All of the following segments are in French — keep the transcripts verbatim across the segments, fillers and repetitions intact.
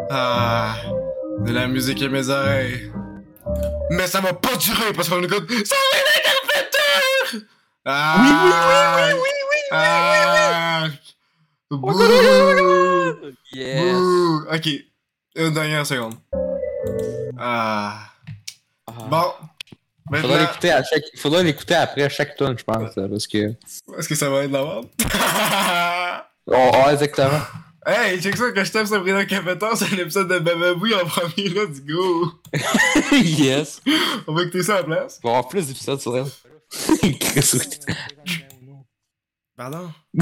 Ah, de la musique à mes oreilles. Mais ça va pas durer parce qu'on écoute Sabrina Carpenter! Ah! Oui, oui, oui, oui, oui, Ah! oui, Bouh! oui, oui. Yes. Bouh! Ok, une dernière seconde. Ah. Ah. Bon, Faudrait maintenant, l'écouter à chaque. Faudrait l'écouter après chaque tune, je pense, là, parce que. est-ce que ça va être de la merde? Oh, oh, exactement. Hey, check ça, quand je tape Sabrina Carpenter, c'est un épisode de Bababoui en premier, let's go! Yes. On va écouter ça à la place. Il va y avoir plus d'épisodes sur elle. Chris, oui. Pardon? Non!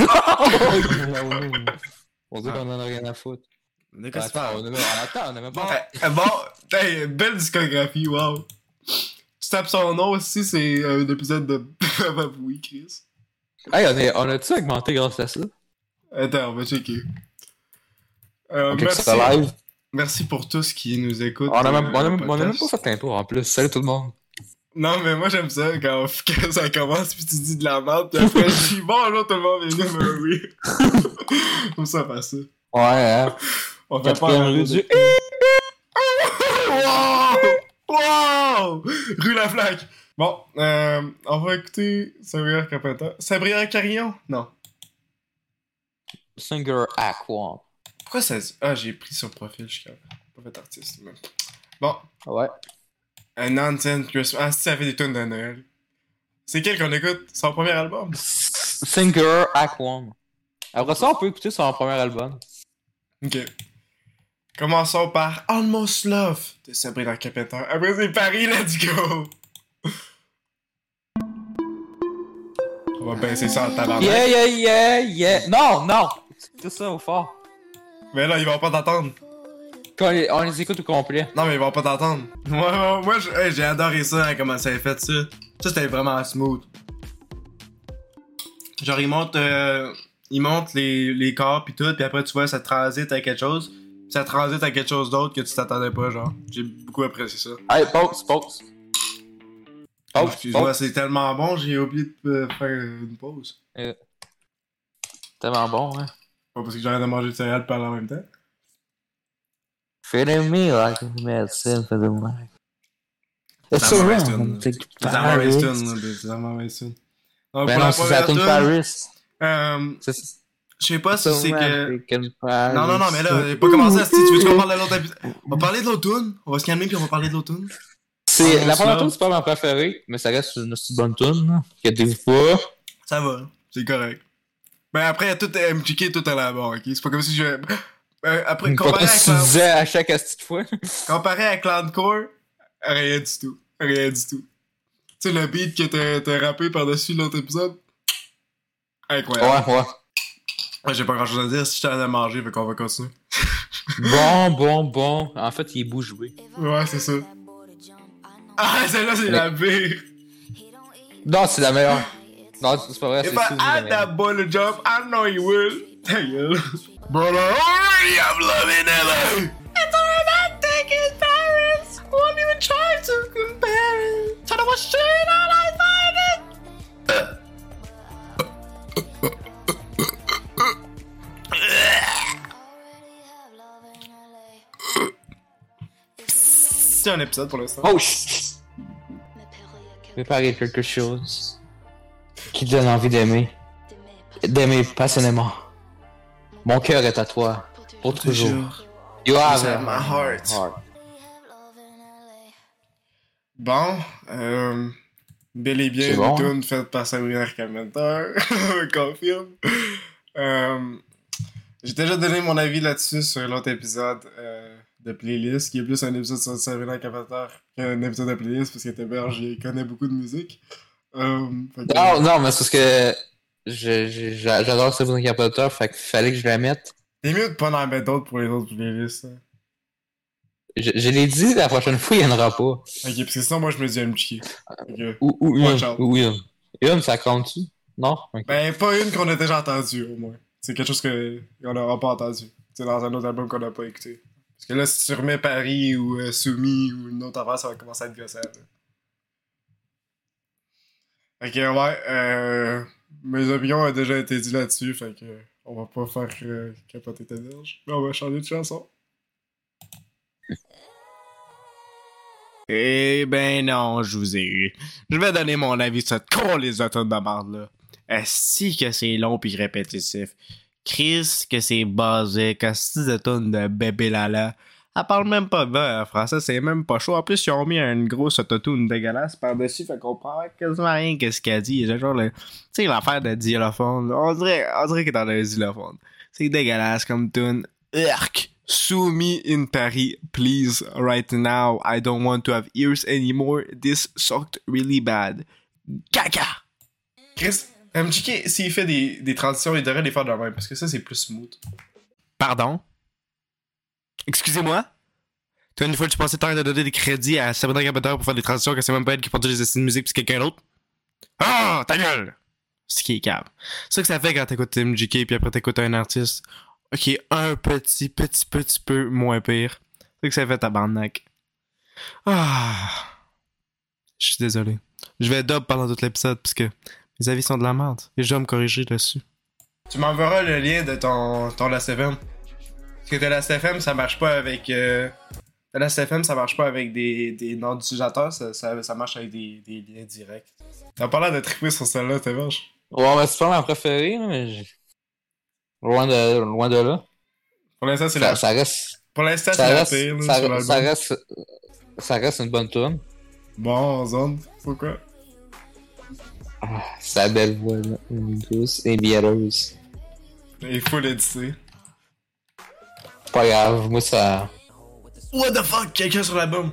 On dit qu'on en a rien à foutre. De quoi tu Attends, parles? on a même, attends, on a même pas. Eh, eh, bon, hey, belle discographie, wow. Tu tapes son nom aussi, c'est un épisode de Bababoui, Chris. Hey, on, est, on a-tu augmenté grâce à ça? Attends, on va checker. Euh, Ok, merci. ça live. Merci pour tous qui nous écoutent. On a même, on a euh, même, on a même podcast. pas fait l'intro en plus. Salut tout le monde. Non, mais moi j'aime ça quand, quand ça commence puis tu dis de la merde puis après je dis bonjour tout le monde, bienvenue à oui. Comme ça passe ça. Ouais, hein. On fait pas Quatrième un rue du. Wow! Wow! Rue La Flaque. Bon, euh, on va écouter Sabrina Carpenter. Sabrina Carillon? Non. Singer Aqua. Pourquoi ça dit... Ah, j'ai pris son profil, je suis pas fait artiste. Mais... Bon. Ouais. Un Nonsense Christmas. Ah, si ça fait des tunes de Noël. C'est quel qu'on écoute? Son premier album? Singer Aqua. Après ça, on peut écouter son premier album. Ok. Commençons par Almost Love de Sabrina Carpenter. Après, c'est Paris, let's go! On va baisser ça en tabarnak. Yeah, yeah, yeah, yeah. Non, non! C'est ça au fort. Mais là, ils vont pas t'entendre. Quand on les, on les écoute au complet. Non, mais ils vont pas t'entendre. Moi, moi, moi je- hey, j'ai adoré ça, hein, comment ça a fait ça. Ça, c'était vraiment smooth. Genre, ils montent, euh, ils montent les, les corps pis tout, pis après, tu vois, ça transite à quelque chose. Pis ça transite à quelque chose d'autre que tu t'attendais pas, genre. J'ai beaucoup apprécié ça. Hey, pause, pause. Oh, Pause, excuse-moi, pause. c'est tellement bon, j'ai oublié de euh, faire une pause. Euh, tellement bon, hein. Pas parce que j'arrête de manger de céréales par en même temps. Feeling me like a medicine for the mind. It's C'est la so mauvaise wrong. tune. Take C'est la mauvaise Paris. tune, là, c'est la mauvaise tune. Donc, Ben pour non, la c'est la première tune tune, Paris. euh, C'est je sais pas si so c'est que... romantic in Paris. Non, non, non, mais là, j'ai pas commencé à se dire, tu veux qu'on parle de l'autre épisode? On va parler de l'autre tune, on va se calmer puis on va parler de l'autre tune. C'est, Ah, la ça. première tune, c'est pas ma préférée, mais ça reste une aussi bonne tune, là. Inquiétez-vous pas. Ça va, c'est correct. Ben après, tout est M J K, tout est là-bas, ok? C'est pas comme si je... Euh, après, Pas comparé comme à, si tu Cloud... disais à chaque petite fois. comparé à Cloudcore, rien du tout. Rien du tout. Tu sais, le beat que t'as, t'as rappé par-dessus l'autre épisode? Incroyable. Ouais, ouais. Ouais, j'ai pas grand-chose à dire, si je t'en ai mangé, fait qu'on va continuer. Bon, bon, bon. En fait, il est beau joué. Ouais, c'est ça. Ah, celle-là, c'est Mais- la pire! Non, c'est la meilleure. Non, c'est pas vrai, c'est If I c'est la had meilleure. that boy to jump, I know he will. Ta gueule. Brother, already have love in L A. It's all about taking Paris. Won't even try to compare it. Thought I was straight all I find it. C'est un épisode pour l'instant. Oh, chut! Préparer quelque chose qui donne envie d'aimer. D'aimer passionnément. Mon cœur est à toi. Pour toujours. You have Inside my heart. Bon, euh, bel et bien C'est une bon, tune faite par Sabrina Carpenter, confirme. Euh, j'ai déjà donné mon avis là-dessus sur l'autre épisode euh, de playlist, qui est plus un épisode sur Sabrina Carpenter qu'un épisode de playlist, parce que Théber, j'y connais beaucoup de musique. Euh, fait que- Non, non, mais c'est parce que je- je- j'a- j'adore Sabrina Carpenter, fait qu'il fallait que je la mette. C'est mieux de pas en mettre d'autres pour les autres playlists. Hein. Je, je l'ai dit, la prochaine fois, il n'y en aura pas. Ok, parce que sinon, moi, je me dis M J K. Ok. Ou, ou Watch une. out. Ou une. Une, ça compte-tu? Non? Ok. Ben, pas une qu'on a déjà entendue, au moins. C'est quelque chose que, qu'on n'aura pas entendu. C'est dans un autre album qu'on n'a pas écouté. Parce que là, si tu remets Paris ou euh, Soumis ou une autre affaire, ça va commencer à être gossant. Là. Ok, ouais. Euh, mes opinions ont déjà été dites là-dessus, fait que on va pas faire euh, capoter ta verge. Mais on va changer de chanson. Eh ben non, je vous ai eu. Je vais donner mon avis sur cette con les autones de merde-là. Est-ce que c'est long pis répétitif? Chris, que c'est basique, est-ce de tonnes de bébé lala? Elle parle même pas bien en français, c'est même pas chaud. En plus, ils ont mis une grosse autotune dégueulasse par-dessus, fait qu'on comprend quasiment rien qu'est-ce qu'elle dit. C'est genre le... Tu sais, l'affaire de xylophone, on dirait, on dirait qu'elle est dans un xylophone. C'est dégueulasse comme tune. Urk! Sue me in Paris, please, right now. I don't want to have ears anymore. This sucked really bad. Caca! Chris, M J K, s'il fait des, des transitions, il devrait les faire de même, parce que ça, c'est plus smooth. Pardon? Excusez-moi? Tu vois, une fois que tu pensais t'arrêter de donner des crédits à Sabrina Carpenter pour faire des transitions, que c'est même pas elle qui produit les essais de musique, pis c'est quelqu'un d'autre? Ah! Ta gueule! C'est qui est cave. C'est ça que ça fait quand t'écoutes M J K, puis après t'écoutes un artiste qui est un petit, petit, petit peu moins pire. C'est ça que ça fait tabarnak. Ah! Je suis désolé. Je vais dub pendant tout l'épisode, parce que mes avis sont de la merde, et je dois me corriger dessus. Tu m'enverras le lien de ton, ton Last F M. Parce que de Last F M, ça marche pas avec... Euh... De Last F M, ça marche pas avec des, des noms d'utilisateurs, ça, ça, ça marche avec des, des liens directs. T'as pas l'air de triper sur celle-là, t'es vache. Ouais, mais c'est pas ma préférée, là, mais... j'ai- Loin de, loin de là. Pour l'instant, c'est Ça, la... ça reste... Pour l'instant, Ça c'est la reste, pire, là, ça, sur l'album. ça reste... Ça reste une bonne tune. Bon, zone. Pourquoi? Ah, sa belle voix, là. Douce et mielleuse. Il faut l'éditer. Pas grave, moi ça... What the fuck? Quelqu'un sur l'album?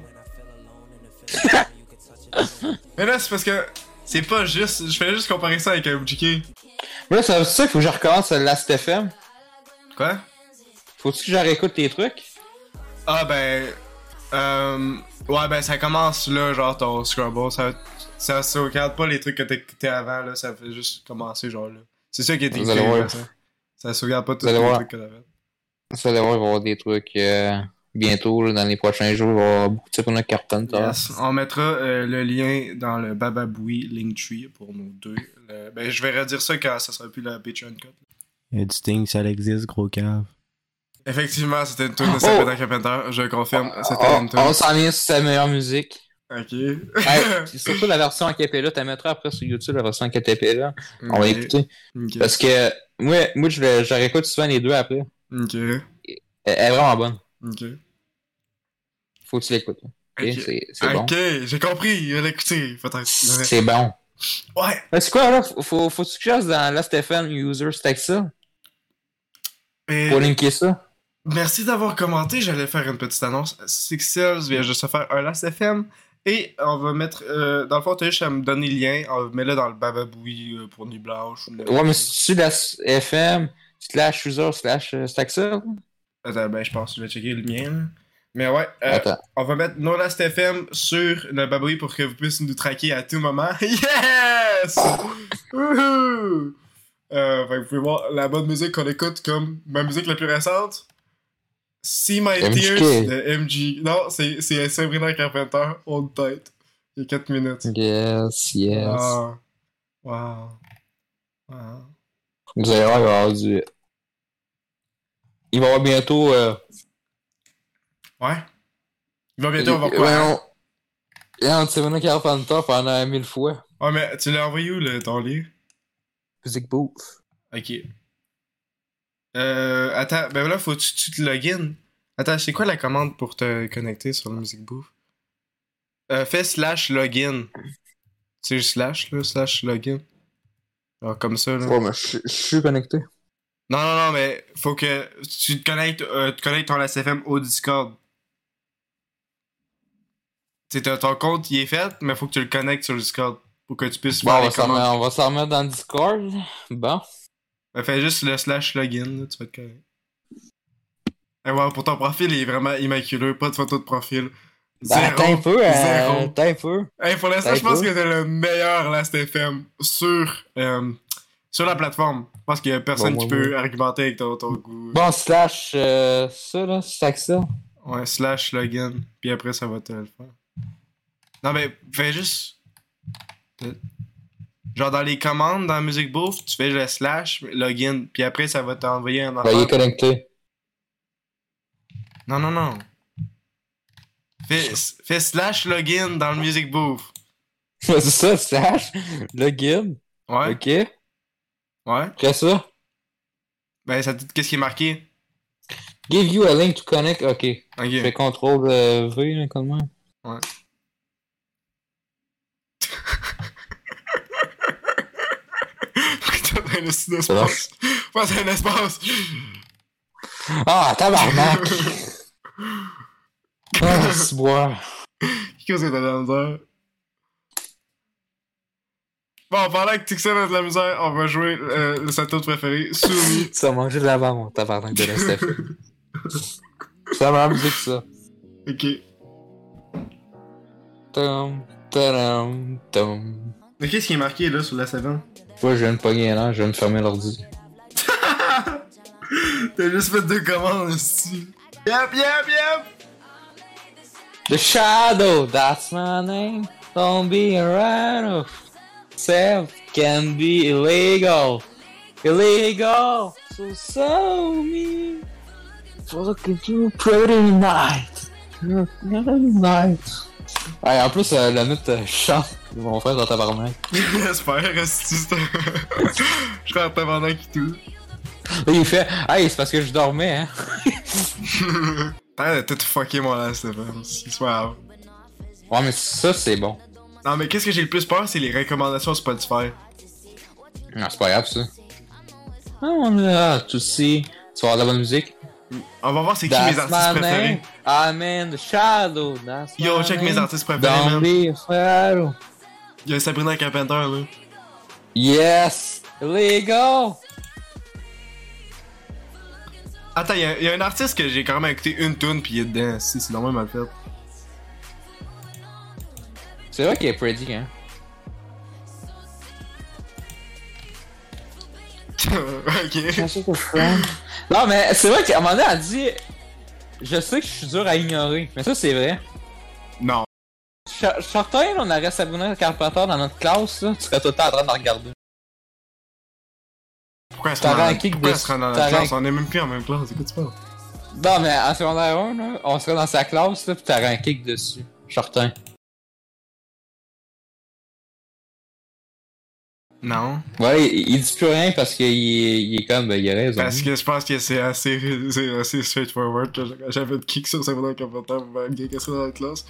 Mais là, c'est parce que... C'est pas juste... Je fais juste comparer ça avec M J K. Là, c'est pour ça qu'il faut que je recommence le Last F M. Quoi? Faut-tu que je réécoute tes trucs? Ah, ben... Euh... Ouais, ben ça commence là, genre ton Scrabble. Ça, ça sauvegarde pas les trucs que t'as écoutés avant, là. Ça fait juste commencer, genre là. C'est ça qui est Vous allez écrit, voir. là, ça. Ça sauvegarde pas tous Vous allez les voir. trucs que t'as fait. Vous allez voir, il va y avoir des trucs euh, bientôt, là, dans les prochains jours. Il va y avoir beaucoup de trucs qu'on a carton. Yes. On mettra euh, le lien dans le Bababoui Linktree pour nous deux. Le... Ben, je vais redire ça quand ça sera plus la Patreon cut. Editing, ça existe, gros cave. Effectivement, c'était une tune de Sabrina Carpenter, je confirme. C'était On, une tune. on s'en vient sur sa meilleure musique. Ok. Hey, c'est surtout la version en capella. Tu la mettras après sur YouTube, la version en capella. On va Ok. écouter. Ok. Parce que moi, moi je, le- je réécoute souvent les deux après. Ok. Elle, elle est vraiment bonne. Ok. Faut que tu l'écoutes. Ok, Ok. c'est, c'est bon. Ok, j'ai compris, je vais l'écouter. Peut-être. C'est bon. Ouais. Mais c'est quoi là? Faut, faut, faut que tu cherches dans Last F M User Stack ça. Et... Pour linker ça. Merci d'avoir commenté, j'allais faire une petite annonce. Six Cells vient juste de faire un Last F M et on va mettre, euh, dans le fond, t'as juste à me donner le lien, on met le dans le Bababoui euh, pour Nuit Blanche. Ou Ouais, mais si tu Last F M slash user slash euh, stack ça. Attends, ben je pense que je vais checker le mien. Là. Mais ouais, euh, Attends. on va mettre No Last F M sur le Bababoui pour que vous puissiez nous traquer à tout moment. Yes! Wouhou! Euh, fait que vous pouvez voir la bonne musique qu'on écoute comme ma musique la plus récente. See My M J K. Tears de M G. Non, c'est, c'est Sabrina Carpenter, Hold Tight. Il y a quatre minutes. Yes, yes. Wow. Wow. Wow. Vous allez voir, il va y avoir du. Il va y avoir bientôt. Euh... Ouais. Il va bientôt avoir quoi? Ouais, hein? on... Yeah, on Sabrina Carpenter pendant mille fois. Ouais, mais tu l'as envoyé où, le, ton livre? Music Booth. Ok. Euh, attends, ben là, faut que tu, tu te login. Attends, c'est quoi la commande pour te connecter sur le Music Booth? Euh, fais slash login. Tu sais, slash, là, slash login. Alors, comme ça, là. Ouais, mais je je suis connecté. Non, non, non, mais faut que tu te connectes, euh, tu connectes ton Last F M au Discord. Tu sais, ton compte, il est fait, mais faut que tu le connectes sur le Discord pour que tu puisses Bon, faire on va, les s'en commandes. remettre, on va s'en remettre dans le Discord. Bon. Ben, fais juste le slash login, là, tu vas te connecter. Et ouais, pour ton profil, il est vraiment immaculé, pas de photo de profil. Ben, Zéro. attends un peu, Zéro. euh, attends un peu. Hey, pour l'instant, T'as je pense peu. que t'es le meilleur Last F M sur, euh, sur la plateforme. Je pense qu'il y a personne Bon, qui moi, peut argumenter avec ton, ton goût. Bon, slash, euh, ça, là, stack ça. Ouais, slash login. Puis après, ça va te le faire. Non, mais fais juste. Genre dans les commandes dans Music Booth, tu fais le slash login. Puis après, ça va t'envoyer un Ben, il est enfant. connecté. Non, non, non. Fais, fais slash login dans le Music Booth. Ouais, c'est ça, slash login. Ouais. Ok. Ouais. Après ça. Ben, ça dit qu'est-ce qui est marqué? Give you a link to connect. Ok. Ok. Je fais contrôle euh, V, là, comme moi. Ouais. Putain, t'as un esti d'espace. Pas un espace. Ah, tabarnak! Ah, c'est boire. Qu'est-ce que t'as de la misère? Bon, pendant que Tixon a de la misère, on va jouer euh, le sa tune préférée, Soumis. Tu vas manger de la barre, mon tabarnak de la Steph. C'est la même musique, ça. Ok. Tom, tadam, tom. Mais qu'est-ce qui est marqué là sur la savane? Moi, je viens de pogner un an, je viens de fermer l'ordi. T'as juste fait deux commandes, esti. Yep, yep, yep! The Shadow, that's my name. Don't be a rhino. Self can be illegal. Illegal. So so me. Fucking you pretty night. Pretty night. Ouais, en plus, euh, la note euh, chante. Mon frère dans tabarnak. J'espère, esti, c'est... Je serai en tabarnak et tout. Là, il fait, hey, c'est parce que je dormais, hein. T'as tout fucké mon last Stéphane, c'est suave. Ouais, mais ça, c'est bon. Non, mais qu'est-ce que j'ai le plus peur, c'est les recommandations Spotify. Non, c'est pas grave, ça. Ah, on a tout si. Tu vas avoir de la bonne musique. On va voir c'est qui mes artistes préférés. I'm in the shadow. That's Yo, my check name. mes artistes préférés, Don't man. be afraid. Y'a Sabrina Carpenter, là. Yes! Illegal! Attends, y'a y a un artiste que j'ai quand même écouté une tune pis il est dedans. Si, c'est normal mal fait. C'est vrai qu'il est pretty, hein? Ok. Non, mais c'est vrai qu'à un moment donné, elle dit je sais que je suis dur à ignorer. Mais ça, c'est vrai. Non. Ch- Certain, on aurait Sabrina Carpenter dans notre classe, là, tu serais tout le temps en train de la regarder. Pourquoi elle se T'aurais rend un dans, kick pourquoi de- elle se rend dans t'aurais la classe? un- On est même plus en même classe, écoute, tu parles. Non, mais en secondaire un, là, on serait dans sa classe, là, pis t'aurais un kick dessus. Certain. Non. Ouais, il, il dit plus rien parce qu'il est, il est comme, ben, il a raison. Parce que je pense que c'est assez, c'est assez straightforward que j'avais de kick sur Sabrina Carpenter pour faire une qu'elle dans la classe.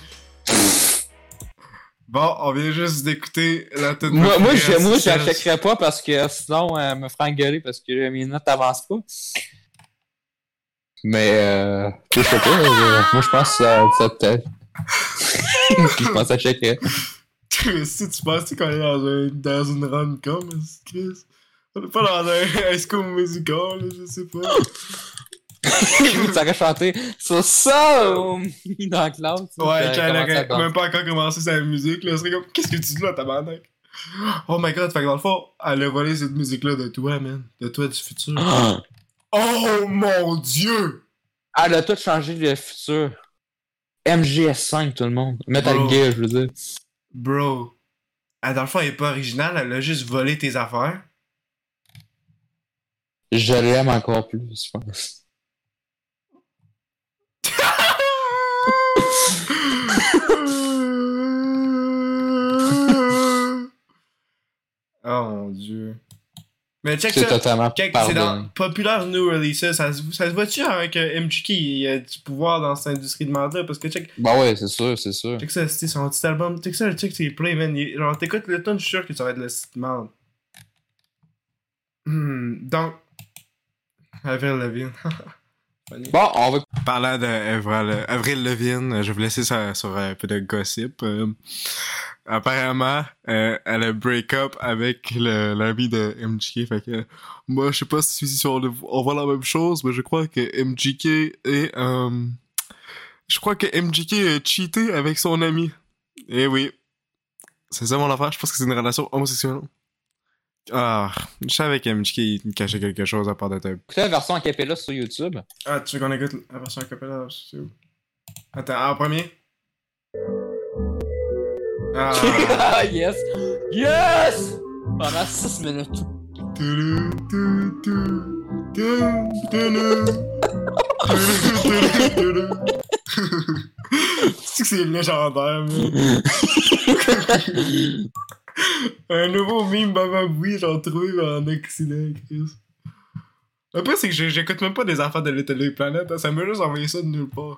Bon, on vient juste d'écouter la tune. Moi, moi, je, moi, je j'achèterais pas parce que sinon, elle me ferait engueuler parce que mes notes avancent pas. Mais, euh, je sais pas, euh, moi, je pense que ça, ça peut-être. Je pense que j'achèterais. Si tu penses qu'on est dans, un, dans une rom-com, Chris? On est pas dans un high school musical, là, je sais pas. Ça aurait chanté sur ça dans la classe. Ouais, quand elle aurait même pas encore commencé sa musique, là, elle serait comme, qu'est-ce que tu dis là, tabarnak? Oh my god, fait que dans le fond, elle a volé cette musique-là de toi, man. De toi du futur. Oh mon dieu! Elle a tout changé le futur. M G S cinq, tout le monde. Metal Bro. Gear, je veux dire. Bro. Elle, dans le fond, elle est pas originale, elle a juste volé tes affaires. Je l'aime encore plus, je pense. Oh mon dieu. Mais check C'est ça. totalement Check, c'est pardonné. dans Popular New Releases. Ça, se- ça se voit-tu avec euh, M G K? Il y a du pouvoir dans cette industrie de merde-là? Parce que check, Bah ouais, c'est sûr, c'est sûr. check ça, c'est son petit album. Check ça, check ses plays, man. Il- genre, t'écoutes le ton, je suis sûr que ça va être le site merde. Hmm, donc. Avril Lavigne. Funny. Bon, on va... Parlant d'Avril Avril Lavigne, je vais vous laisser ça sur un peu de gossip. Euh, apparemment, euh, elle a break-up avec le- l'ami de M G K. Fait que, moi, je sais pas si, si on, on voit la même chose, mais je crois que M G K est... Euh, je crois que M G K a cheaté avec son ami. Eh oui. C'est ça mon affaire. Je pense que c'est une relation homosexuelle. Ah, je savais qu'M G K il cachait quelque chose à part d'être un... Écoutez la version en capella sur YouTube. Ah, tu veux qu'on écoute la version a cappella? C'est où? Attends, en premier? Ah. Ah, yes! Yes! Pendant six minutes. Tu, tu, tu, tu, tu, tu, tu, tu, tu. C'est que C'est légendaire, man. Un nouveau meme Baba Booey, j'en trouve en Occident, Chris. Le pire, c'est que j'écoute même pas des affaires de Little Big Planet, hein. Ça m'a juste envoyé ça de nulle part.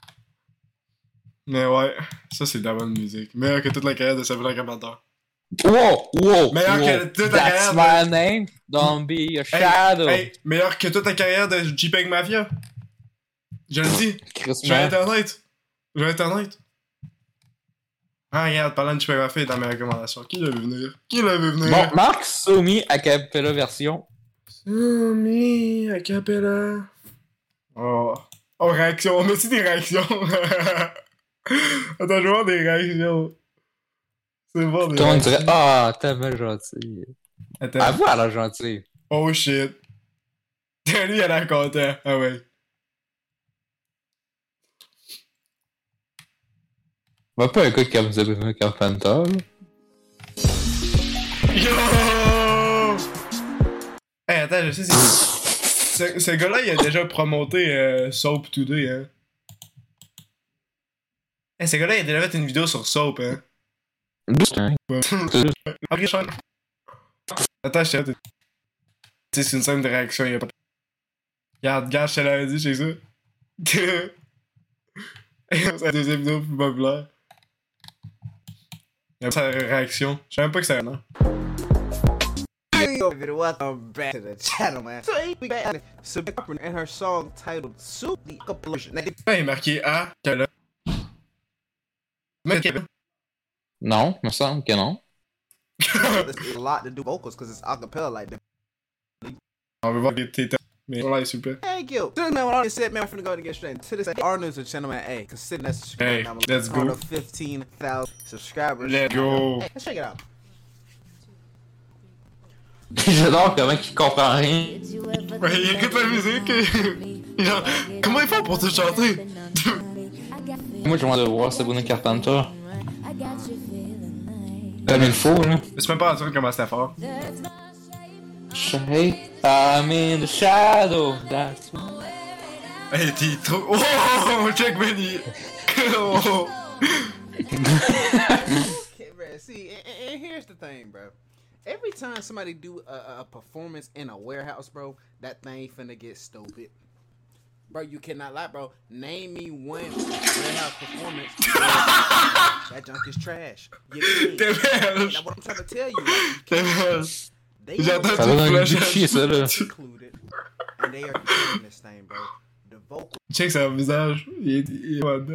Mais ouais, ça c'est de la bonne musique. Meilleur que toute la carrière de Sabrina Carpenter. Wow, wow, Meilleur wow. que toute la That's carrière my de... name, don't be a shadow. Hey, hey, meilleur que toute la carrière de JPEG Mafia. Je le dis. Chris, J'ai Internet. J'ai Internet. Ah, regarde, parlant de JPEG Mafia dans mes recommandations. Qui l'a vu venir? Qui l'a vu venir? Bon, Marc Soumi a cappella version. Soumi a cappella. Oh. Oh, réaction. On a aussi des réactions. Attends, je vais voir des réactions. C'est bon, des Tout le monde réactions. dirait, ah, oh, tellement gentil. Attends. À vous, elle a gentil. Oh shit. Lui, il a l'air content. Ah ouais. Va pas un gars comme Sabrina Carpenter, là. Yo! Hey, attends, je sais, c'est. ce, ce gars-là, il a déjà promoté euh, Soap Today, hein. Hey, ce gars-là, il a déjà fait une vidéo sur Soap, hein. Ouais. Ok, Sean. Attends, je te. Tu sais, c'est une scène de réaction, il y a pas. Regarde, regarde, je te l'avais dit, je sais ça. C'est la deuxième vidéo plus populaire. Il y a sa réaction. Je sais même pas que c'est un nom. Welcome back to the channel, man. So we got Sabrina Carpenter and her song titled "Soup." The compilation. Now, Ah, il est marqué A, Kala. Mais Kala. Non, me semble que non. there's a lot to do vocals because it's acapella like that. On veut voir les tétons. Mais on s'il vous plaît. Thank you. So, man, what I said, man, I'm finna go ahead and get straight into this. Our news and channel, man. Hey, consider that subscribe. Hey, down let's below. go. On the fifteen thousand subscribers. Let's go. Hey, let's check it out. J'adore comment il comprend rien. Ouais, il écoute la musique. Genre, comment ils font pour te chanter? Moi, je demande de voir Sabrina Carpenter. Comme il faut, là. Je suis même pas sûr comment c'était fort. Hey, I'm in the shadow. That's Hey, t'es trop. Oh, check Benny. Oh. Okay, bro. See, and, and- and here's the thing, bro. Every time somebody do a, a performance in a warehouse, bro, that thing finna get stupid. Bro, you cannot lie, bro. Name me one warehouse performance. That junk is trash. You dig? T'es belle. That's what I'm trying to tell you. T'es belle. They J'attends Ça tout va dans le flash. Gucci, ça, là. included, and they are killing this thing, bro. The vocal. Check son visage. Il est. Il est what?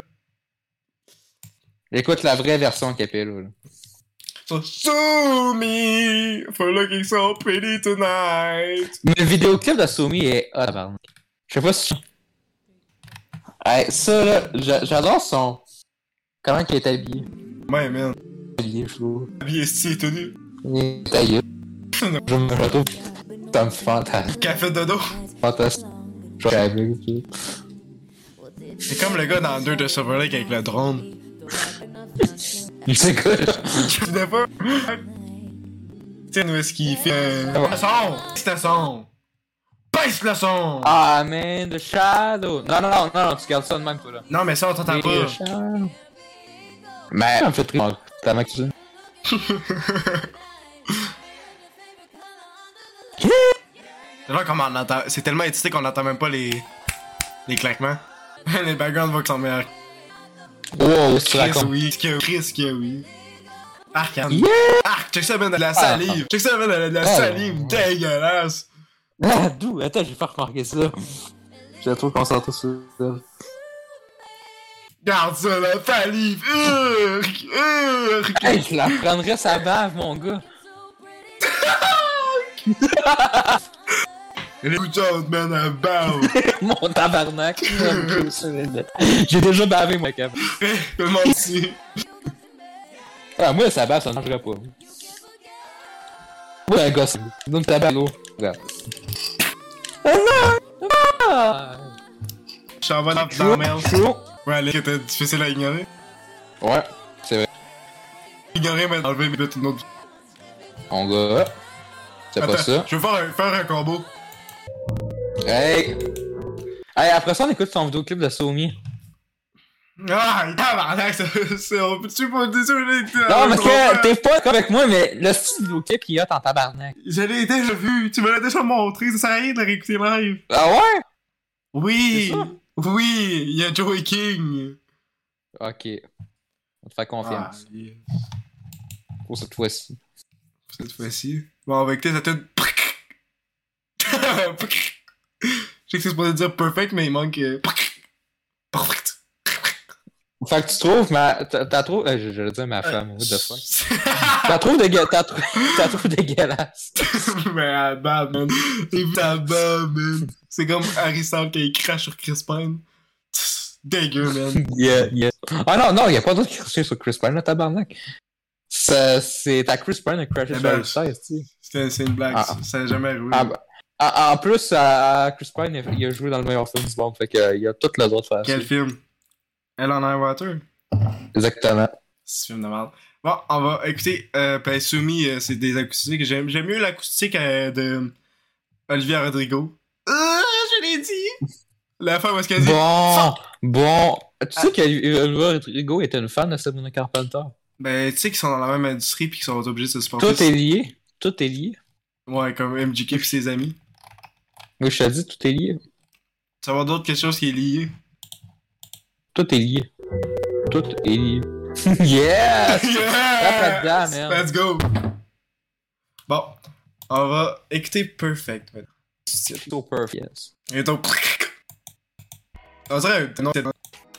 Écoute la vraie version cappella, là. So, sue me for looking so pretty tonight. Mais le vidéoclip de Soumi est hot, pardon. Je sais pas si... Hey, ça, là, j'a- j'adore son... Comment il est habillé. Ouais, man. Habillé, je trouve. Habillé stylé tout nu. Il est taillé. Je me retrouve... Ça me fait fantastique. Café dodo. Fantastique. Je suis avec, tu C'est comme le gars dans deux de Silver Lake avec le drone. sais. C'est quoi, là? Tu n'as pas. Tu sais, où est-ce qu'il fait. Euh... Le son! C'est le son! Baisse le son! Ah, man, the shadow. Non, non, non, non, non, tu gardes ça de même, toi, là. Non, mais ça, on t'entend The pas. shadow. Mais, ça me fait très... Tellement que tu sais. C'est genre comment on entend. C'est tellement étité qu'on entend même pas les. les claquements. Les background voix qui sont meilleurs. Wow, c'est la Chris, con. oui. Chris, Chris, que oui. Arc, Anne. Yeah! Arc, check ça, man, de la salive. Check ça, man, de la, de la Ah. salive dégueulasse. Ah, d'où? Attends, j'ai pas remarqué ça. J'ai trop concentré sur ça. Regarde ça, la salive. Urgh, urgh. Hey, je la prendrais sa bave, mon gars. Les coups de chance, man, à bave. Mon tabarnak. J'ai déjà bavé, moi, cap. Je m'en suis. Ah, moi, sa bave, ça ne changerait pas. Moi, un gosse. Donne ta bave, l'eau. Regarde. Ah! Je t'en vais dans dans la merde. Chaud. Ouais, allez, c'était difficile à ignorer. Ouais, c'est vrai. Ignorer, mais enlever, mais mettre une autre. Mon gars. C'est pas Attends, ça. je veux faire un, faire un combo. Hey! Hey, après ça, on écoute son vidéoclip de Soumi. Ah, tabarnak, ça, c'est, on peut-tu pas dire ça? Non, parce que t'es pas avec moi, mais le style vidéoclip qu'il y a en tabarnak. Je l'ai déjà vu, tu me l'as déjà montré, ça sert à rien de le réécouter live. Ah ouais? Oui, oui, il y a Joey King. Ok. On te fait confiance. Ah, yes. Pour cette fois-ci. Cette fois-ci. Bon, avec tes attitudes. Je sais que c'est supposé dire perfect, mais il manque. Euh... Perfect. Fait que tu trouves ma. T'as trouvé. Euh, je vais dire ma femme, what the fuck. T'as trouvé dégueulasse. T'as trouvé... T'as trouvé dégueulasse. Mais à bas, man. T'es à bas, man. C'est comme Harry Styles qui crache sur Chris Pine. Dégueu, man. Yeah, yeah. Ah non, non, y'a pas d'autre qui crache sur Chris Pine, là, tabarnak. C'est, c'est ta Chris Pine qui crashé sur Harry Styles, tu sais. C'est une blague, ah. Ça n'a jamais arrivé. Ah, bah. En plus, à Chris Pine, il a joué dans le meilleur film du monde, fait qu'il a tout le droit de faire Quel ça. Quel film? Elle en a Water? Exactement. C'est un film de merde. Bon, on va écouter, euh, ben, Sumi, euh, c'est des acoustiques. J'aime, j'aime mieux l'acoustique euh, de Olivia Rodrigo. Euh, je l'ai dit! La femme, est-ce qu'elle dit? Bon, bon. Tu sais qu'Olivia Rodrigo était une fan de Sabrina Carpenter? Ben, tu sais qu'ils sont dans la même industrie pis qu'ils sont obligés de se supporter. Tout est lié. Tout est lié. Ouais, comme M J K pis ses amis. Oui, je t'ai dit, tout est lié. Tu vas voir d'autres quelque chose qui est lié. Tout est lié. Tout est lié. Yes! Yes! Là, man. Let's go! Bon, on va écouter Perfect. So perfect, yes. Et donc... On dirait un... Non, c'est...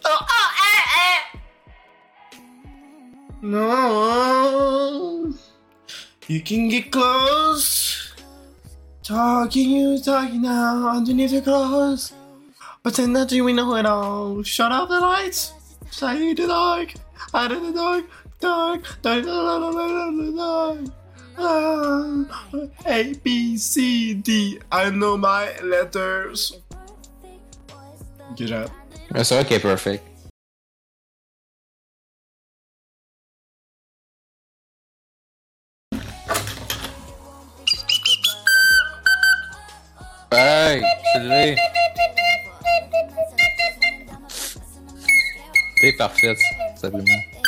No, you can get close. Talking, you talking now underneath your clothes. Pretend that you know it all. Shut off the lights. Stay in the dark. Out of the dark. Dark. Dark. Dark. Dark. Dark. A, B, C, D. I know my letters. Good job. C'est vrai qu'elle est perfect. Hey, c'est T'es parfaite, Sabrina.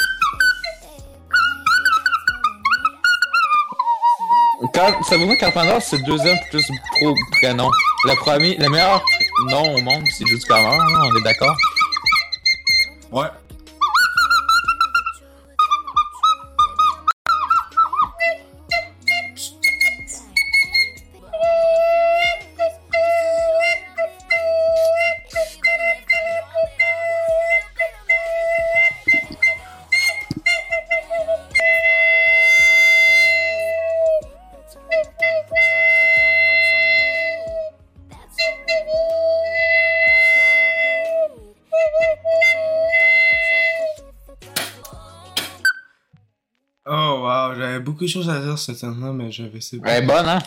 Quand Sabrina Carpenter, c'est le deuxième plus pro prénom. Le premier, le meilleur nom au monde, c'est Judy Carter, on est d'accord? Ouais. Oh wow, j'avais beaucoup de choses à dire cette année, mais j'avais essayé. Elle est bonne, hein?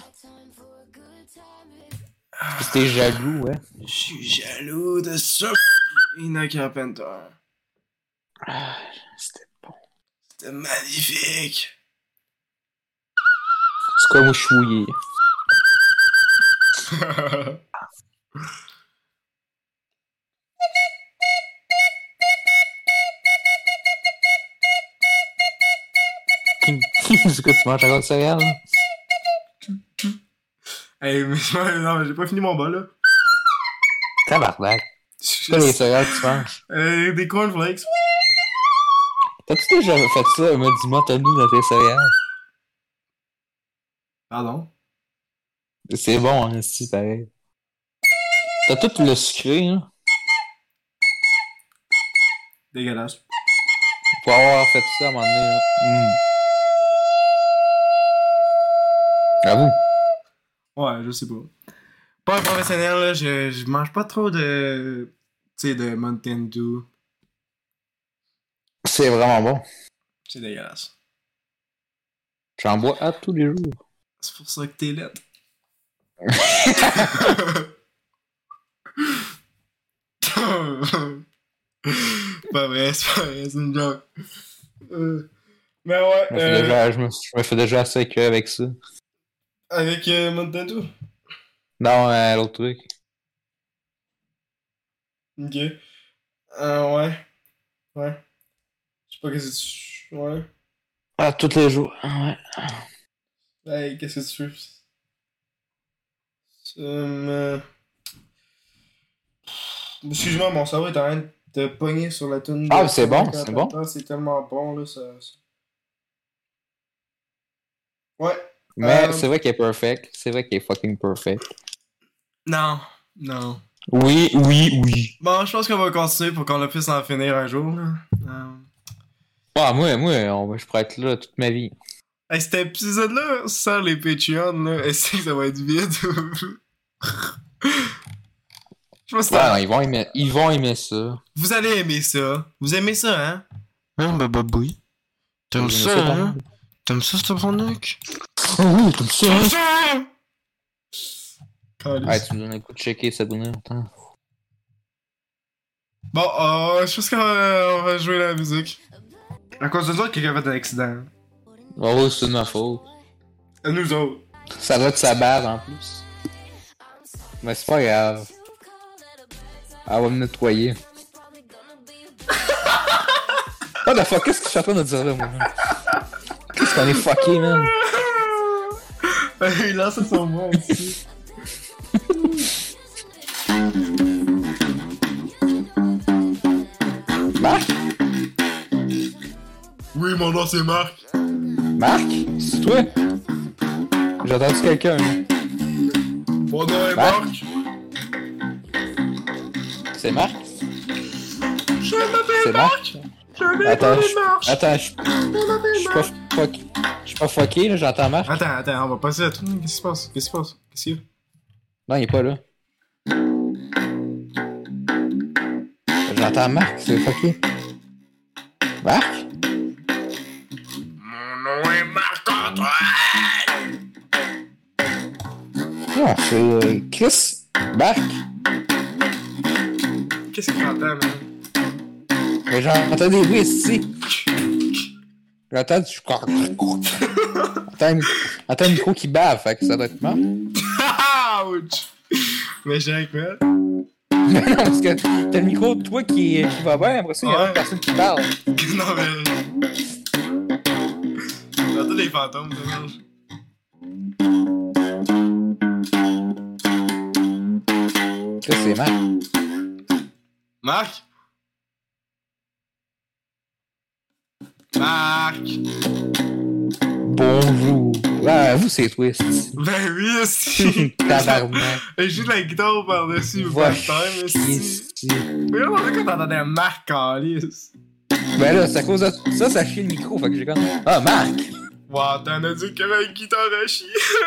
Parce que t'es jaloux, ouais. Je suis jaloux de ça. Ina Carpenter. Ah, c'était bon. C'était magnifique. C'est comme chouillé. C'est quoi, tu manges encore de céréales? Hey, mais non, j'ai pas fini mon bol, là. Tabarnak. C'est quoi les céréales que tu manges? Euh, des cornflakes. T'as-tu déjà fait ça, un maudiment tonneau dans tes céréales? Pardon? C'est bon, hein, si, pareil. T'as tout le sucré, hein? Dégueulasse. Pour avoir fait ça à un moment donné, là. Mm. Avoue. Ouais, je sais pas. Pas un professionnel, là, je, je mange pas trop de... Tu sais, de Mountain Dew. C'est vraiment bon. C'est dégueulasse. J'en bois à tous les jours. C'est pour ça que t'es lettre. Pas vrai, c'est pas vrai, c'est une joke. Euh, mais ouais. Je me, euh, déjà, je, me, je me fais déjà assez écœurer avec ça. Avec euh, Mountain Dew? Non, euh, l'autre truc. Ok. Euh, ouais. Ouais. Je sais pas qu'est-ce que tu... Ouais. Ah, tous les jours. Ouais. Hey, qu'est-ce que tu veux? Euh... Excuse-moi, mon cerveau est en train de te pogner sur la tune de... Ah, c'est bon, c'est bon. C'est tellement bon, là, ça... Ouais. Mais euh... c'est vrai qu'il est perfect. C'est vrai qu'il est fucking perfect. Non. Non. Oui, oui, oui. Bon, je pense qu'on va continuer pour qu'on puisse en finir un jour, là. Euh... Ah, moi, moi, on va, je pourrais être là toute ma vie. Hey, cet épisode-là, sans les Patreons, là, est-ce que ça va être vide? Je pense que ouais, non, ils vont aimer, ils vont aimer ça. Vous allez aimer ça. Vous aimez ça, hein? Hein, bah, bah, oui. T'aimes ça, ça, hein? T'aimes ça, ce chronique? Oh oui, t'aimes ça, hein? ça! Ouais, tu me donnes un coup de checker, Sabrina. Attends. Bon, euh, je pense qu'on va, on va jouer la musique. À cause de toi, quelqu'un a fait un accident. Oh oui, c'est de ma faute. À nous autres. Ça va de sa barbe en plus. Mais c'est pas grave. Elle va me nettoyer. What the fuck, qu'est-ce que je suis en train de dire là, moi? Qu'est-ce qu'on est fucké, man? Il lance son bras ici. Marc? Oui, mon nom c'est Marc. Marc? C'est toi? J'ai entendu quelqu'un. Hein? Mon nom est Marc. Marc? C'est Marc? Je m'appelle Marc? Je m'appelle Attends, Marc. je... Attends, je... Je suis pas fucké. Je suis pas fucké, là, j'entends Marc. Attends, attends, on va passer à tout. Qu'est-ce qui se passe? Qu'est-ce qui se passe? Qu'est-ce qu'il y a? Non, il est pas là. J'entends Marc, c'est fucké. Marc? Mon nom est Marc-Antoine! Non, c'est euh, Chris. Marc? Qu'est-ce qu'il entend, man? Mais j'entends des bruits ici. J'entends du... J'entends un micro qui bave, fait que ça doit être mort. Ouch! Mais j'ai un quoi? Mais non, parce que t'as le micro de toi qui, qui va bien, après ça, il y a Ouais. une personne qui parle. Non, mais... J'entends des fantômes, dommage. Ça, c'est Marc. Marc? Marc! Bonjour. Ah, vous, c'est Twist. Ben oui, aussi! Tabarnak. Et joue de la guitare par-dessus le Va part-time, chier, aussi. c'est- Mais là, on dirait qu'on entendait un Marc Calis. Ben là, c'est à cause de ça, ça chie le micro, fait que j'ai comme... Ah, Marc! Wow, t'en as dit qu'il y avait une guitare à chier!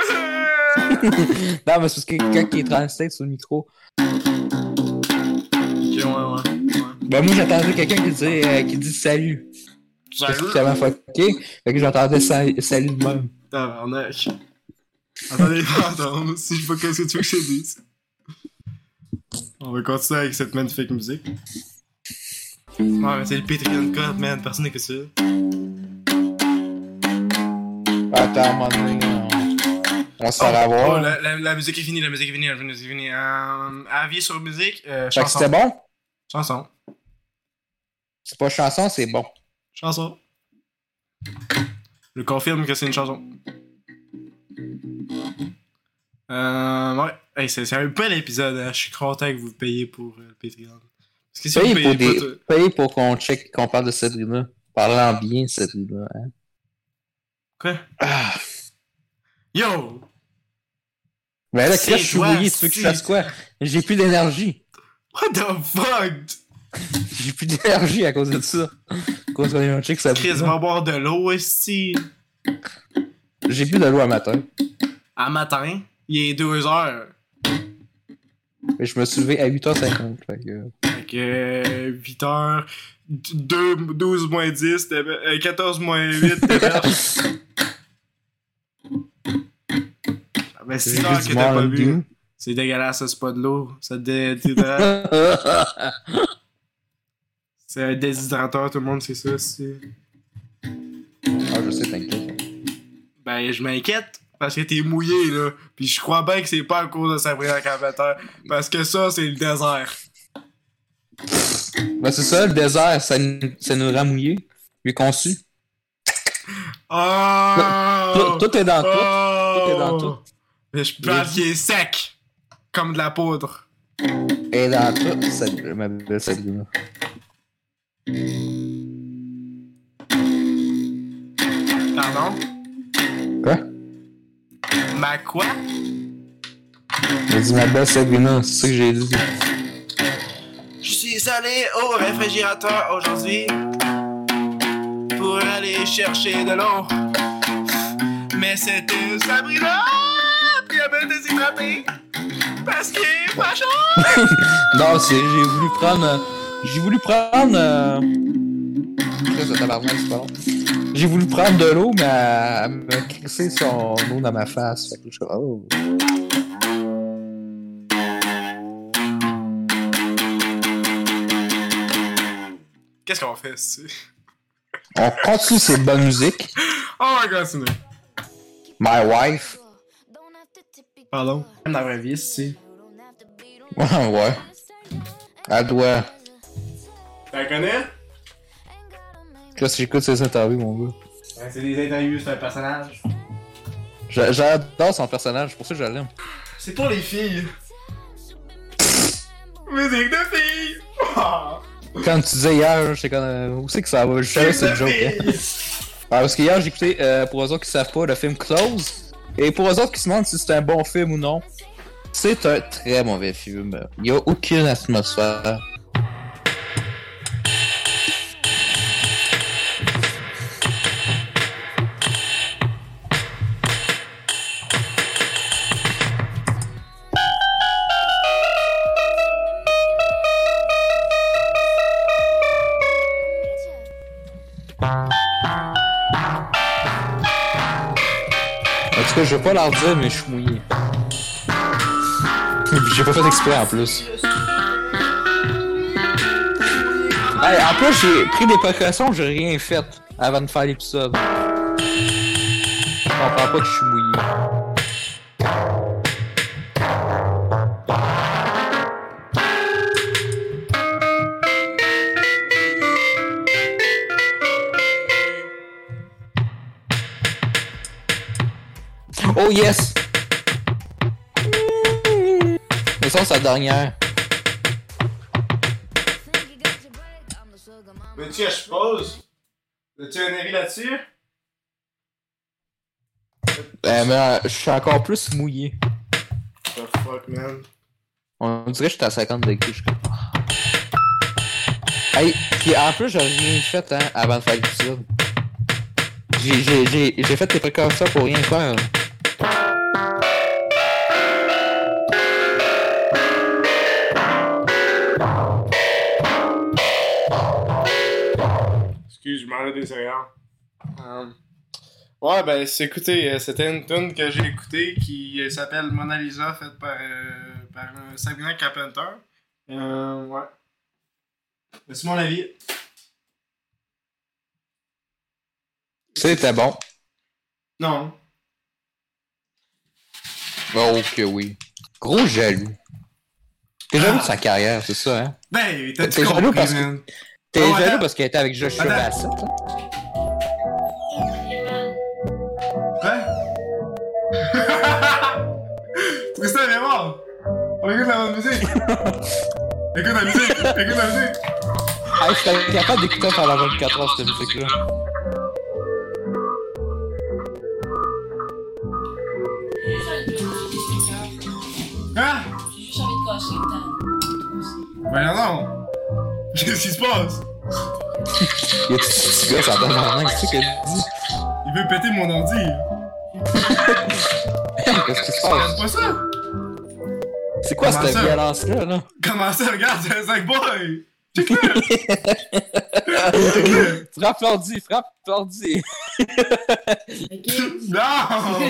Non, mais c'est parce que quand il est translate sur le micro... Ok, ouais, ouais. Ben moi, j'entendais quelqu'un qui dit, euh, qui dit salut. Parce Salut! que j'avais fucké, fait que j'entendais sa- salut de même. Tabarnak. Attendez les fantômes, si je sais pas qu'est-ce que tu veux que je te dise. On va continuer avec cette magnifique musique. Ouais, mais c'est le Patreon code, man. Personne n'écoute ça. Attends, à un moment donné, on, on se fait Oh, avoir. la, la, la musique est finie, la musique est finie, la musique est finie. Euh, avis sur musique, euh, Fait que chanson. c'était bon? Chanson. C'est pas chanson, c'est bon. Chanson. Je confirme que c'est une chanson. Euh, ouais. Hey, c'est, c'est un bel épisode, hein. Je suis content que vous payiez pour euh, le Patreon. Parce que si Paye vous pour, payez des... pas... t- Paye pour qu'on check, qu'on parle de Sabrina. Parlant bien, Sabrina. Hein? Quoi? Ah. Yo! Ben là, C'est Chris, je suis toi, mouillé, tu veux que je c'est- fasse quoi? J'ai plus d'énergie. What the fuck? J'ai plus d'énergie à cause de ça. À cause qu'on est un check Chris Sabrina. va boire de l'eau, esti. J'ai plus de l'eau à matin. À matin, il est deux heures. Mais je me suis levé à huit heures cinquante. Fait que... Fait que euh, huit heures, deux, douze moins dix, t'es- euh, quatorze moins huit, t'es verge. Ah ben six J'ai heures vu que du t'as pas Mountain bu. Dew. C'est dégueulasse, ça, c'est pas de l'eau. Ça te déshydrate. C'est un déshydrateur, tout le monde sait ça. C'est... Ah, je sais, t'inquiète. Ben, je m'inquiète parce que t'es mouillé, là. Puis je crois bien que c'est pas à cause de Sabrina Carpenter. Parce que ça, c'est le désert. Ben c'est ça, le désert, ça, ça nous rend mouillés. Mieux conçu. Oh! Tout, tout est dans tout. Oh! Tout est dans tout. Mais je pense qu'il est sec. Comme de la poudre. Et dans tout, cette, ma belle Sabrina. Pardon? Quoi? Ma quoi? J'ai dit ma belle Sabrina, c'est ça que j'ai dit. Je suis allé au réfrigérateur aujourd'hui pour aller chercher de l'eau. Mais c'était Sabrina qui avait déshydraté parce qu'il est pas chaud. Non, c'est j'ai voulu prendre. Euh, j'ai voulu prendre. Euh... Qu'est-ce que tabarnak, c'est pas long. J'ai voulu prendre de l'eau, mais elle, elle m'a crissé son eau dans ma face. Fait que je suis oh. Qu'est-ce qu'on fait ici? On continue ces bonnes musiques. On va continuer. My wife. Pardon? Dans la vraie vie, ici. Ouais, ouais. Elle doit. Tu la connais? Qu'est-ce que j'écoute ces interviews, mon gars? Ben, c'est des interviews, c'est un personnage. J'a- J'adore son personnage, c'est pour ça que je l'aime. C'est pour les filles. Musique de filles! Oh. Quand tu disais hier, j'étais comme. euh, Où c'est que ça va? Je savais que c'est une joke. Hein. Ah, parce que hier, j'ai écouté, euh, pour eux autres qui savent pas, le film Close. Et pour eux autres qui se demandent si c'est un bon film ou non, c'est un très mauvais film. Il y a aucune atmosphère. En tout cas, je vais pas leur dire, mais je suis mouillé. J'ai pas fait exprès en plus. Hey, en plus, j'ai pris des précautions, j'ai rien fait avant de faire l'épisode. Je comprends pas que je suis mouillé. Oh yes! Mais ça, c'est la dernière. Veux-tu que je pose? Veux-tu un avis là-dessus? Euh, mais euh, je suis encore plus mouillé. The fuck, man. On dirait que j'étais à cinquante degrés. Je... Hey, pis en plus, j'ai rien fait hein, avant de faire l'épisode. J'ai, j'ai, j'ai, j'ai fait des précautions pour rien faire. Excuse, je m'en ai des céréales. Um, ouais, ben, c'est, écoutez, euh, c'était une tune que j'ai écoutée qui euh, s'appelle Mona Lisa, faite par, euh, par euh, Sabrina Carpenter. Euh, ouais. Ben, c'est mon avis. C'était bon. Non. Oh que oui. Gros jaloux. T'es jaloux de sa carrière, c'est ça, hein? Ben, t'as T'es compris, jaloux parce man. que... T'es Oh, jaloux attends. parce qu'elle était avec Joshua Attends. Bassett, là? Quoi? Tristan, viens voir! On écoute la bonne musique! Écoute la musique! Écoute la musique! Ah, je suis capable d'écouter pendant vingt-quatre heures cette musique-là. Quoi? J'ai juste envie de casser le temps. Ben non! Qu'est-ce qui se passe? Y'a tout ce petit gars, ça donne vraiment qu'est-ce qu'elle dit? Il veut péter mon ordi! Qu'est-ce qui se Regarde passe? pas ça! C'est quoi Comment cette ça? violence-là, là? Comment ça, regarde, c'est un cinq boy! Check-le! Frappe l'ordi, frappe l'ordi. Ok. Non!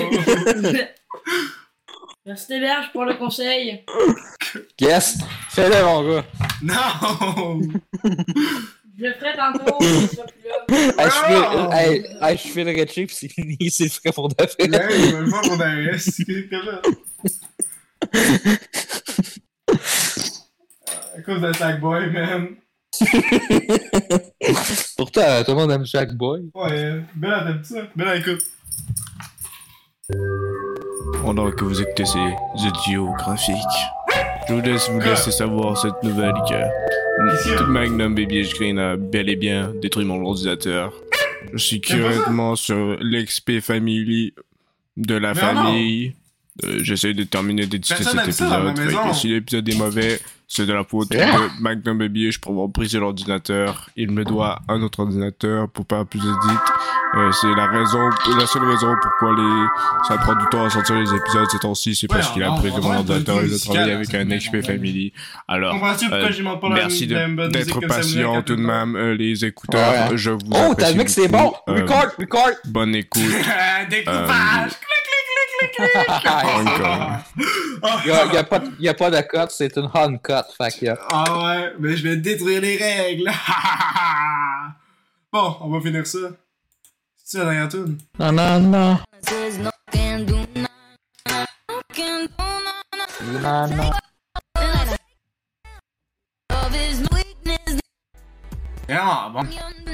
Merci Théberge pour le conseil. Yes! Fais-le, mon gars. Non! Je le ferai tantôt, je serai plus là. Hey, je fais, Non! hey, hey, je fais le red chip, c'est fini, c'est le frais pour de vrai. Là, il va le faire pour derrière, c'est que là. À cause de Sackboy, man. Pourtant, tout le monde aime Sackboy. Ouais, Bella, t'aimes ça? Bella, écoute. Pendant que vous écoutez ces audios graphiques, je vous laisse vous laisser savoir cette nouvelle que Magnum Baby H Green a bel et bien détruit mon ordinateur. Je suis currentment sur l'X P Family de la Mais famille. Euh, J'essaie de terminer d'éditer cet épisode. Fait que si l'épisode est mauvais, c'est de la faute Yeah. de Magnum Baby H pour avoir brisé l'ordinateur. Il me doit un autre ordinateur pour pas plus d'édite. Euh, c'est la raison, la seule raison pourquoi les, ça prend du temps à sortir les épisodes ces temps-ci, c'est parce Ouais, qu'il a on- brisé on mon va ordinateur et je musical, travaille là, avec c'est un bien, X P on va- Family. Alors, Comprends-tu pourquoi euh, j'y monte pas la merci la de- bonne musique d'être comme ça, patient musique, tout de tout le même, euh, les écouteurs. Ouais. Je vous Oh, t'as apprécie le mec, c'est bon! beaucoup. Euh, Record, record! Bonne écoute. Découpage! Encore. Il y a, y a pas, y a pas de cut, c'est une hard cut, fait que... Ah ouais, mais je vais détruire les règles. Bon, on va finir ça. C'est la dernière tune. Non, non, non. Non, non. Vraiment bon.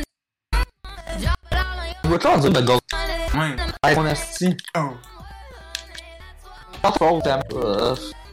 Je veux t'en dire de gros. Ouais. Hey, mon asti. Oh. Pas trop, t'aimes pas.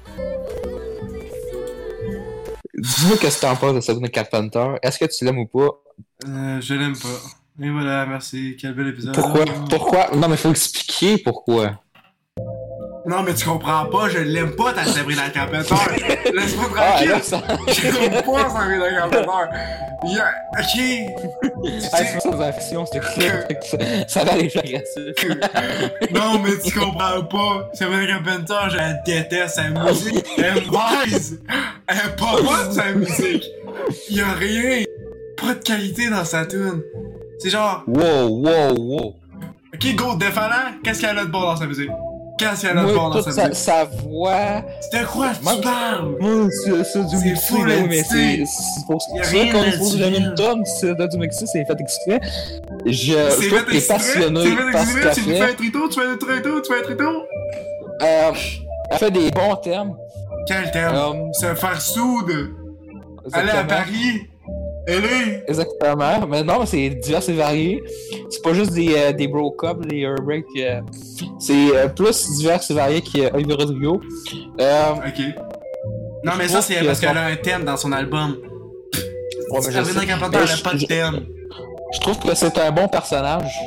Dis-moi qu'est-ce que t'en penses de Sabrina Carpenter. Est-ce que tu l'aimes ou pas? Euh, je l'aime pas. Et voilà, merci. Quel bel épisode. Pourquoi? Pourquoi? Non, mais faut expliquer pourquoi. Non, mais tu comprends pas, je l'aime pas, ta Sabrina Carpenter. Laisse-moi Ah, tranquille. là, ça... J'aime pas Sabrina Carpenter. Yeah. Ok. Hey, c'est sans action, c'est clip. Ça- Ça va aller agressif. Non, mais tu comprends pas. Sabrina Carpenter, je la déteste, sa musique. Elle est mauvaise. Elle est pas bonne, sa musique. Y'a rien. Pas de qualité dans sa tune. C'est genre, Wow, wow, wow. ok, go, défalant, qu'est-ce qu'elle a de bon dans sa musique? Qu'est-ce qu'elle a de bon Moi, dans toute sa sa, musique? sa voix... C'est de quoi Moi, tu parles? Moi, c'est c'est du C'est mixé, full là, oui, mais édité. c'est c'est pour Y a ça rien qu'on de pose naturel. jamais une tonne, c'est de du mixé, c'est fait exprès. Je, je C'est trouve fait que t'es exprès? passionné C'est fait par ce exprès? qu'elle Tu me fais un fait. trito, tu fais un trito, tu fais un trito? Euh, elle fait des bons termes. Quel terme? Euh, Se faire soude. Aller à exactement. Paris. Elle est. Exactement. Mais non, mais c'est divers et varié. C'est pas juste des, euh, des bro-cups, des airbreaks. Euh, c'est euh, plus divers et varié qu'Olivia Rodrigo. Euh, Ok. Non, mais Je ça, trouve c'est que parce son- qu'elle a un thème dans son album. ouais, mais je Sabrina sais. Carpenter, Mais elle a je- pas de je- thème. Je trouve que c'est un bon personnage.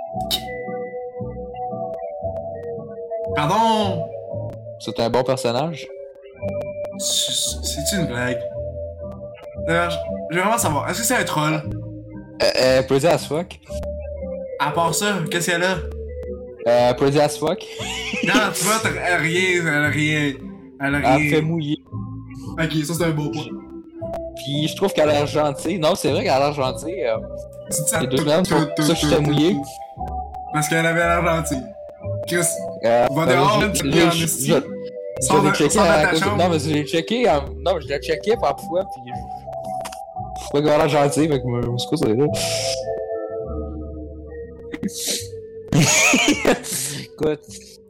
Pardon? C'est un bon personnage. C'est- C'est-tu une blague? D'ailleurs, je je veux vraiment savoir, est-ce que c'est un troll? Euh, euh, pretty as fuck. À part ça, qu'est-ce qu'elle a? Euh, pretty as fuck. Non, tu vois, t'as- elle a rien, elle a rien. Elle a Elle fait rien. mouiller. Ok, ça c'est un beau point. Puis je trouve qu'elle a l'air gentille. Non, c'est vrai qu'elle a l'air gentille. Euh, Tu dis ça Les deux tout- mêmes, tout- pour tout- ça que je t'ai tout- mouillé. tout. Parce qu'elle avait l'air gentille. Chris, euh, Va euh, dehors, je- là, tu je- te mets en je- esti. je- Sors Je l'ai de- checké sors de à ta cause de- chambre. Non, mais je l'ai checké. en- Non, mais je l'ai checké parfois. Puis je. Je trouvais qu'elle a l'air gentille. Fait que je me suis cassé là. Écoute.